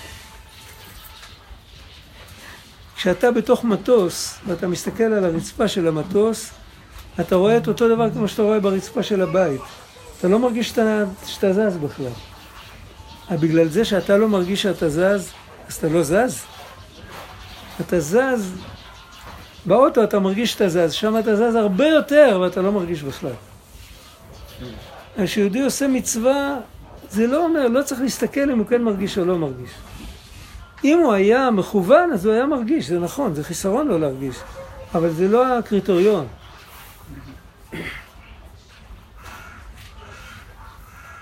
כשאתה בתוך מטוס, ואתה מסתכל על הרצפה של המטוס, אתה רואה את אותו דבר כמו שאתה רואה ברצפה של הבית. אתה לא מרגיש שאתה זז בכלל. בגלל זה שאתה לא מרגיש שאתה זז, אז אתה לא זז. אתה זז, באוטו אתה מרגיש שאתה זז, שם אתה זז הרבה יותר, ואתה לא מרגיש בכלל. כשיהודי עושה מצווה, זה לא אומר, לא צריך להסתכל אם הוא כן מרגיש או לא מרגיש. אם הוא היה מכוון, אז הוא היה מרגיש, זה נכון, זה חיסרון לא להרגיש, אבל זה לא הקריטריון.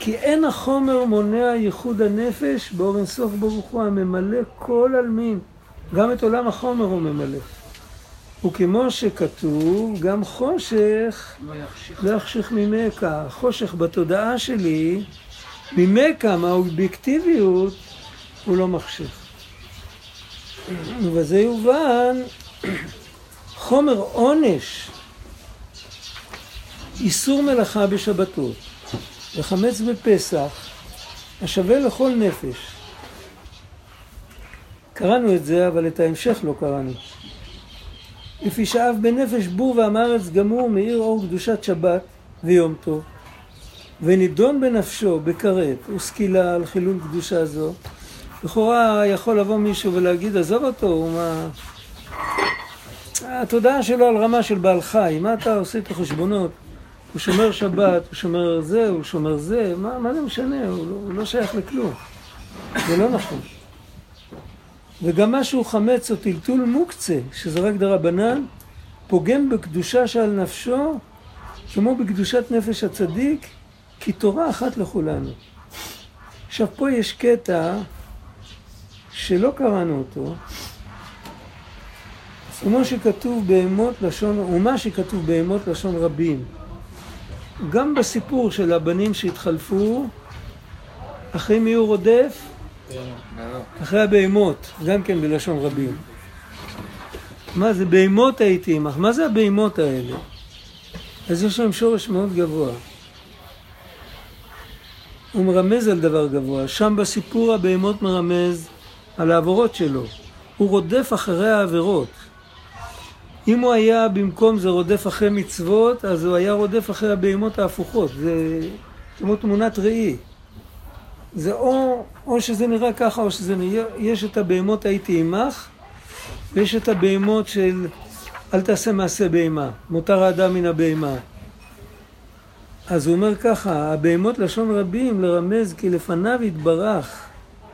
כי אין החומר מונע ייחוד הנפש באור אין סוף ברוך הוא הממלא כל עלמין. גם את עולם החומר הוא ממלא. וכמו שכתוב, גם חושך לא יחשיך ממקה. חושך בתודעה שלי, ממקה, מהאובייקטיביות, הוא לא מחשיך. ובזה יובן, חומר עונש, איסור מלאכה בשבתות, וחמץ בפסח, השווה לכל נפש. קראנו את זה, אבל את ההמשך לא קראנו. לפי שאב בנפש בור ועם הארץ גמור מאיר אור קדושת שבת ויום טוב, ונידון בנפשו בכרת וסקילה על חילול קדושה זו. לכאורה יכול לבוא מישהו ולהגיד, עזוב אותו, הוא מה... התודעה שלו על רמה של בעל חי, מה אתה עושה את החשבונות? הוא שומר שבת, הוא שומר זה, הוא שומר זה, מה זה משנה? הוא לא שייך לכלום. זה לא נכון. וגם משהו חמץ או טלטול מוקצה, שזה רק דרבנן, פוגם בקדושה שעל נפשו, כמו בקדושת נפש הצדיק, כי תורה אחת לכולנו. עכשיו פה יש קטע שלא קראנו אותו, ומה שכתוב בהמות לשון רבים. גם בסיפור של הבנים שהתחלפו, אחרי מי הוא רודף? אחרי הבהמות, גם כן בלשון רבים. מה זה? בהמות הייתי עמך. מה זה הבהמות האלה? אז יש להם שורש מאוד גבוה. הוא מרמז על דבר גבוה. שם בסיפור הבהמות מרמז על העברות שלו. הוא רודף אחרי העברות. אם הוא היה במקום זה רודף אחרי מצוות, אז הוא היה רודף אחרי הבהמות ההפוכות. זה כמו תמונת ראי. זה או שזה נראה ככה, או שזה נראה, יש את הבהמות הייתי עמך, ויש את הבהמות של אל תעשה מעשה בהמה, מותר האדם מן הבהמה. אז הוא אומר ככה, הבהמות לשון רבים לרמז כי לפניו יתברך.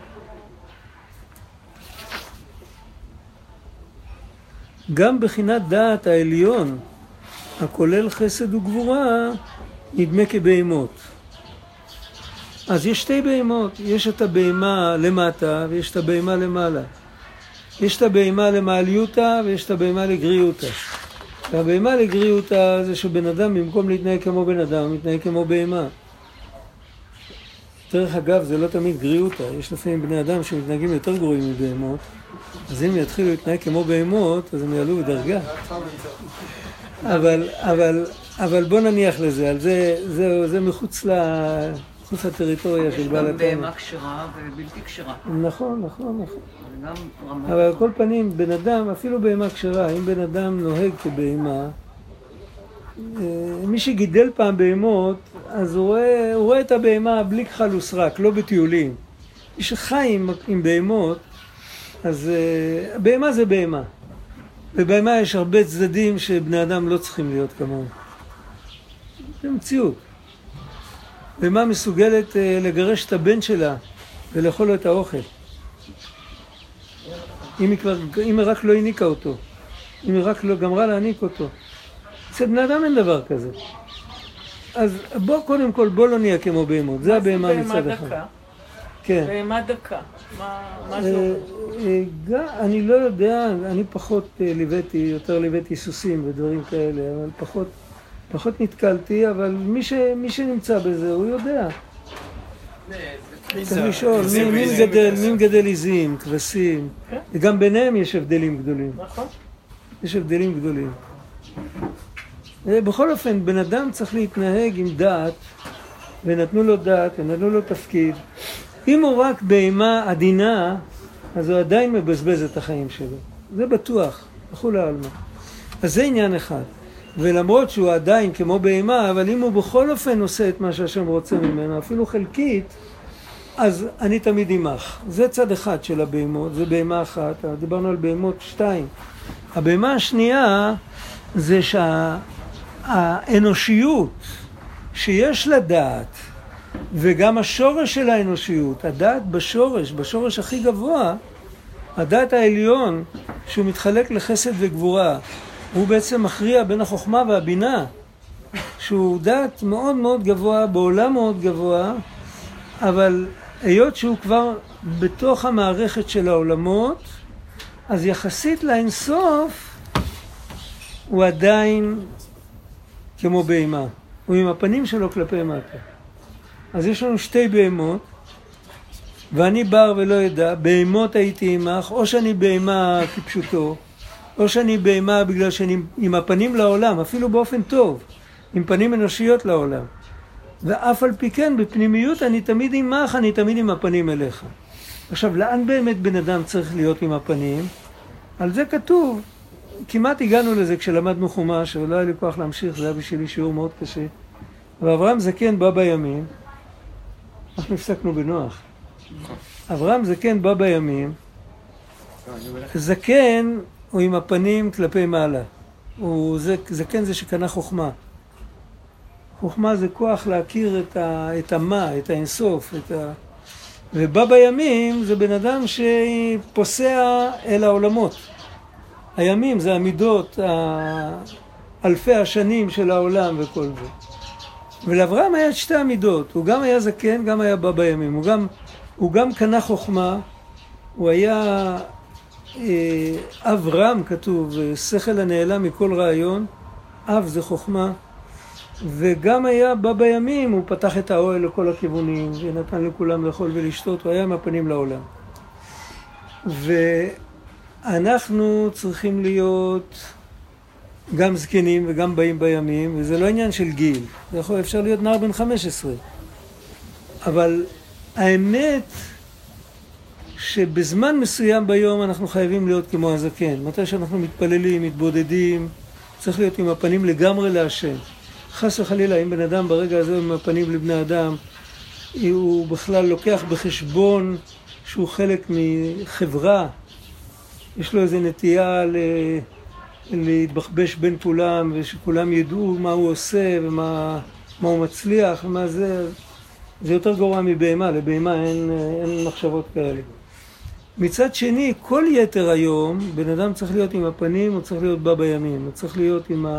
גם בחינת דעת העליון, הכולל חסד וגבורה, נדמה כבהמות. אז יש שתי בהמות, יש את הבהמה למטה ויש את הבהמה למעלה. יש את הבהמה למעליותה ויש את הבהמה לגריותה. והבהמה לגריותה זה שבן אדם במקום להתנהג כמו בן אדם, מתנהג כמו בהמה. דרך אגב, זה לא תמיד גריותה, יש לפעמים בני אדם שמתנהגים יותר גרועים מבהמות, אז אם יתחילו להתנהג כמו בהמות, אז הם יעלו בדרגה. אבל בוא נניח לזה, על זה מחוץ לטריטוריה של בעל התנא. גם בהמה כשרה ובלתי כשרה. נכון. אבל על כל פנים, בן אדם, אפילו בהמה כשרה, אם בן אדם נוהג כבהמה, מי שגידל פעם בהמות, אז הוא רואה את הבהמה בלי כחל וסרק, לא בטיולים. מי שחי עם בהמות, אז בהמה זה בהמה. בבהמה יש הרבה צדדים שבני אדם לא צריכים להיות כמוהו. זה מציאות. בהמה מסוגלת לגרש את הבן שלה ולאכול לו את האוכל. אם היא רק לא הניקה אותו. אם היא רק לא גמרה להניק אותו. אצל בני אדם אין דבר כזה. אז קודם כל בוא לא נהיה כמו בהמות. זה הבהמה מצד אחד. כן. בהמה דקה. מה זה אומר? אני לא יודע, אני פחות יותר ליוויתי סוסים ודברים כאלה, אבל פחות נתקלתי, אבל מי שנמצא בזה הוא יודע. צריך לשאול, מי מגדל עזים, כבשים, וגם ביניהם יש הבדלים גדולים. נכון. יש הבדלים גדולים. בכל אופן, בן אדם צריך להתנהג עם דעת, ונתנו לו דעת, ונתנו לו תפקיד. אם הוא רק בהמה עדינה, אז הוא עדיין מבזבז את החיים שלו. זה בטוח, לכולי עלמא. אז זה עניין אחד. ולמרות שהוא עדיין כמו בהמה, אבל אם הוא בכל אופן עושה את מה שהשם רוצה ממנו, אפילו חלקית, אז אני תמיד עמך. זה צד אחד של הבהמות, זה בהמה אחת. דיברנו על בהמות 2. הבהמה השנייה זה שהאנושיות שיש לה דעת, וגם השורש של האנושיות, הדעת בשורש הכי גבוה, הדעת העליון, שהוא מתחלק לחסד וגבורה, הוא בעצם מכריע בין החוכמה והבינה, שהוא דעת מאוד מאוד גבוה, בעולם מאוד גבוה, אבל היות שהוא כבר בתוך המערכת של העולמות, אז יחסית לאינסוף הוא עדיין כמו בהמה. הוא עם הפנים שלו כלפי מטה. אז יש לנו שתי בהמות, ואני בר ולא ידע, בהמות הייתי עמך, או שאני בהמה כפשוטו, או שאני בהמה בגלל שאני עם הפנים לעולם, אפילו באופן טוב, עם פנים אנושיות לעולם. ואף על פי כן, בפנימיות אני תמיד עמך, אני תמיד עם הפנים אליך. עכשיו, לאן באמת בן אדם צריך להיות עם הפנים? על זה כתוב, כמעט הגענו לזה כשלמדנו חומש, אבל לא היה לי כוח להמשיך, זה היה בשבילי שיעור מאוד קשה. ואברהם זקן בא בימים, אנחנו הפסקנו בנוח. אברהם זקן בא בימים, זקן הוא עם הפנים כלפי מעלה. זקן זה שקנה חוכמה. חוכמה זה כוח להכיר את המה, את האינסוף, ובא בימים זה בן אדם שפוסע אל העולמות. הימים זה המידות, אלפי השנים של העולם וכל זה. ולאברהם היה את שתי המידות, הוא גם היה זקן, גם היה בא בימים, הוא גם קנה חוכמה, הוא היה אב רם כתוב, שכל הנעלם מכל רעיון, אב זה חוכמה, וגם היה בא בימים, הוא פתח את האוהל לכל הכיוונים, ונתן לכולם לאכול ולשתות, הוא היה עם הפנים לעולם. ואנחנו צריכים להיות גם זקנים וגם באים בימים, וזה לא עניין של גיל, אפשר להיות נער בן 15. אבל האמת שבזמן מסוים ביום אנחנו חייבים להיות כמו הזקן. מתי שאנחנו מתפללים, מתבודדים, צריך להיות עם הפנים לגמרי להשם. חס וחלילה, אם בן אדם ברגע הזה עם הפנים לבני אדם, הוא בכלל לוקח בחשבון שהוא חלק מחברה, יש לו איזו נטייה להתבחבש בין כולם, ושכולם ידעו מה הוא עושה ומה הוא מצליח ומה זה. זה יותר גרוע מבהמה, לבהמה אין מחשבות כאלה. מצד שני, כל יתר היום, בן אדם צריך להיות עם הפנים, הוא צריך להיות בא בימים, הוא צריך להיות עם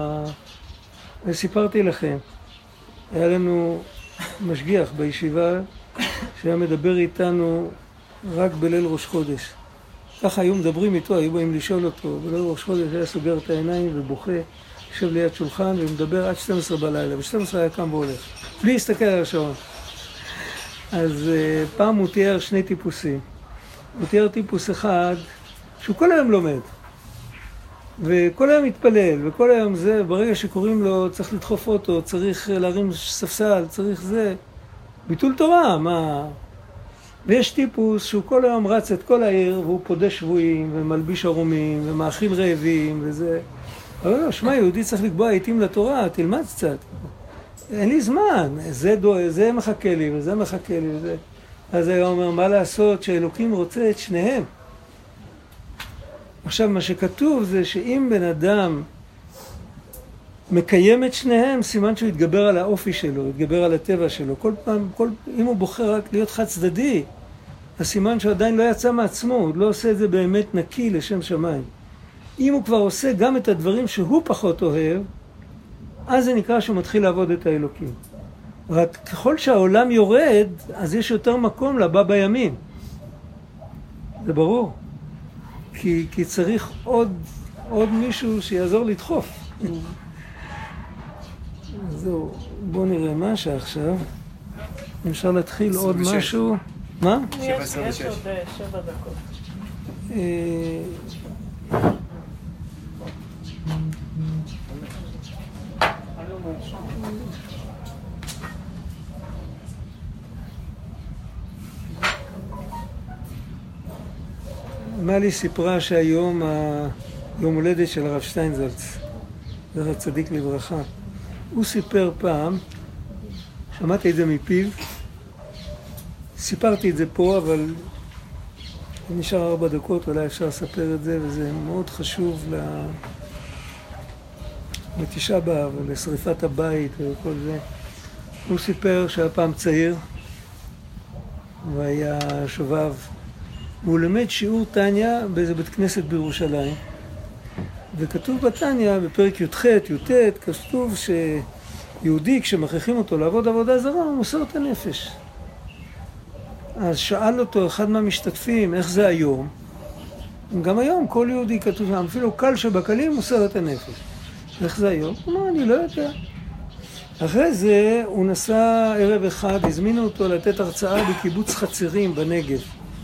סיפרתי לכם, היה לנו משגיח בישיבה שהיה מדבר איתנו רק בליל ראש חודש. ככה היו מדברים איתו, היו באים לשאול אותו, בליל ראש חודש היה סוגר את העיניים ובוכה, יושב ליד שולחן ומדבר עד 12 בלילה, ב-12 היה קם והולך, בלי להסתכל על השעון. אז פעם הוא תיאר שני טיפוסים. הוא תיאר טיפוס אחד שהוא כל היום לומד. וכל היום מתפלל, וכל היום זה, ברגע שקוראים לו צריך לדחוף אוטו, צריך להרים ספסל, צריך זה. ביטול תורה, מה? ויש טיפוס שהוא כל היום רץ את כל העיר, והוא פודה שבויים, ומלביש ערומים, ומאכיל רעבים, וזה. אבל לא, שמע, יהודי צריך לקבוע עיתים לתורה, תלמד קצת. אין לי זמן, זה מחכה לי, וזה מחכה לי, וזה. אז היה אומר, מה לעשות שאלוקים רוצה את שניהם? עכשיו, מה שכתוב זה שאם בן אדם מקיים את שניהם, סימן שהוא יתגבר על האופי שלו, יתגבר על הטבע שלו. כל פעם, אם הוא בוחר רק להיות חד צדדי, הסימן שהוא עדיין לא יצא מעצמו, הוא לא עושה את זה באמת נקי לשם שמיים. אם הוא כבר עושה גם את הדברים שהוא פחות אוהב, אז זה נקרא שהוא מתחיל לעבוד את האלוקים. רק ככל שהעולם יורד, אז יש יותר מקום לבא בימים. זה ברור. כי צריך עוד מישהו שיעזור לדחוף. זהו, בואו נראה מה שעכשיו. אפשר להתחיל עוד משהו. מה? יש עוד 7 דקות. מלי סיפרה שהיום יום הולדת של הרב שטיינזלץ, זכר צדיק לברכה. הוא סיפר פעם, שמעתי את זה מפיו, סיפרתי את זה פה, אבל נשאר 4 דקות, אולי אפשר לספר את זה, וזה מאוד חשוב לתשעה באב, לשריפת הבית וכל זה. הוא סיפר שהיה פעם צעיר, והיה שובב, והוא למד שיעור תניה באיזה בית כנסת בירושלים. וכתוב בתניה, בפרק י"ח, י"ט, כתוב שיהודי כשמכריחים אותו לעבוד עבודה זרה, הוא מוסר את הנפש. אז שאל אותו אחד מהמשתתפים, איך זה היום? גם היום כל יהודי כתוב שם, אפילו קל שבקלים מוסר את הנפש. איך זה היום? הוא אמר, אני לא יודע. אחרי זה הוא נסע ערב אחד, הזמינו אותו לתת הרצאה בקיבוץ חצרים בנגב.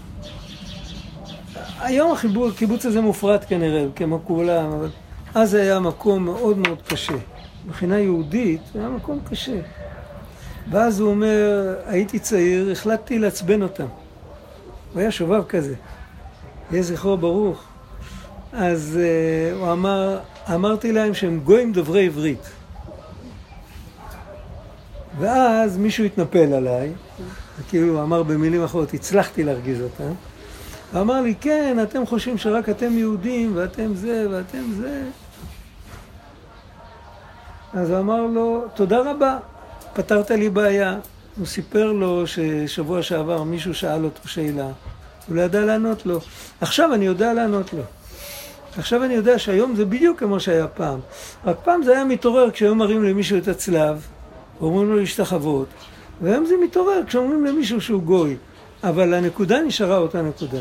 היום הקיבוץ הזה מופרט כנראה, כמקולה, אבל אז היה מקום מאוד מאוד קשה. מבחינה יהודית זה היה מקום קשה. ואז הוא אומר, הייתי צעיר, החלטתי לעצבן אותם. הוא היה שובב כזה. יהיה זכרו ברוך. אז הוא אמרתי להם שהם גויים דוברי עברית. ואז מישהו התנפל עליי, כאילו הוא אמר במילים אחרות, הצלחתי להרגיז אותם. הוא אמר לי, כן, אתם חושבים שרק אתם יהודים, ואתם זה, ואתם זה. אז הוא אמר לו, תודה רבה, פתרת לי בעיה. הוא סיפר לו ששבוע שעבר מישהו שאל אותו שאלה. הוא לא ידע לענות לו. עכשיו אני יודע לענות לו. עכשיו אני יודע שהיום זה בדיוק כמו שהיה פעם. רק פעם זה היה מתעורר כשהיו מראים למישהו את הצלב, ואומרים לו להשתחוות, והיום זה מתעורר כשאומרים למישהו שהוא גוי. אבל הנקודה נשארה אותה נקודה.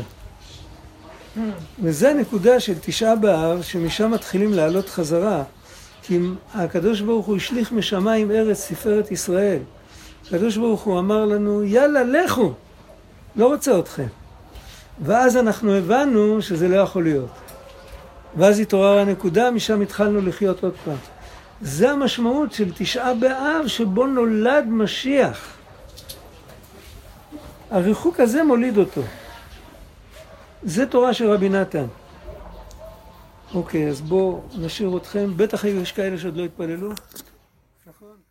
וזה הנקודה של תשעה באב, שמשם מתחילים לעלות חזרה. כי הקדוש ברוך הוא השליך משמיים ארץ תפארת ישראל. הקדוש ברוך הוא אמר לנו, יאללה, לכו, לא רוצה אתכם. ואז אנחנו הבנו שזה לא יכול להיות. ואז התעוררה הנקודה, משם התחלנו לחיות עוד פעם. זה המשמעות של תשעה באב שבו נולד משיח. הריחוק הזה מוליד אותו. זה תורה של רבי נתן. אוקיי, אז בואו נשאיר אתכם. בטח יש כאלה שעוד לא התפללו. נכון?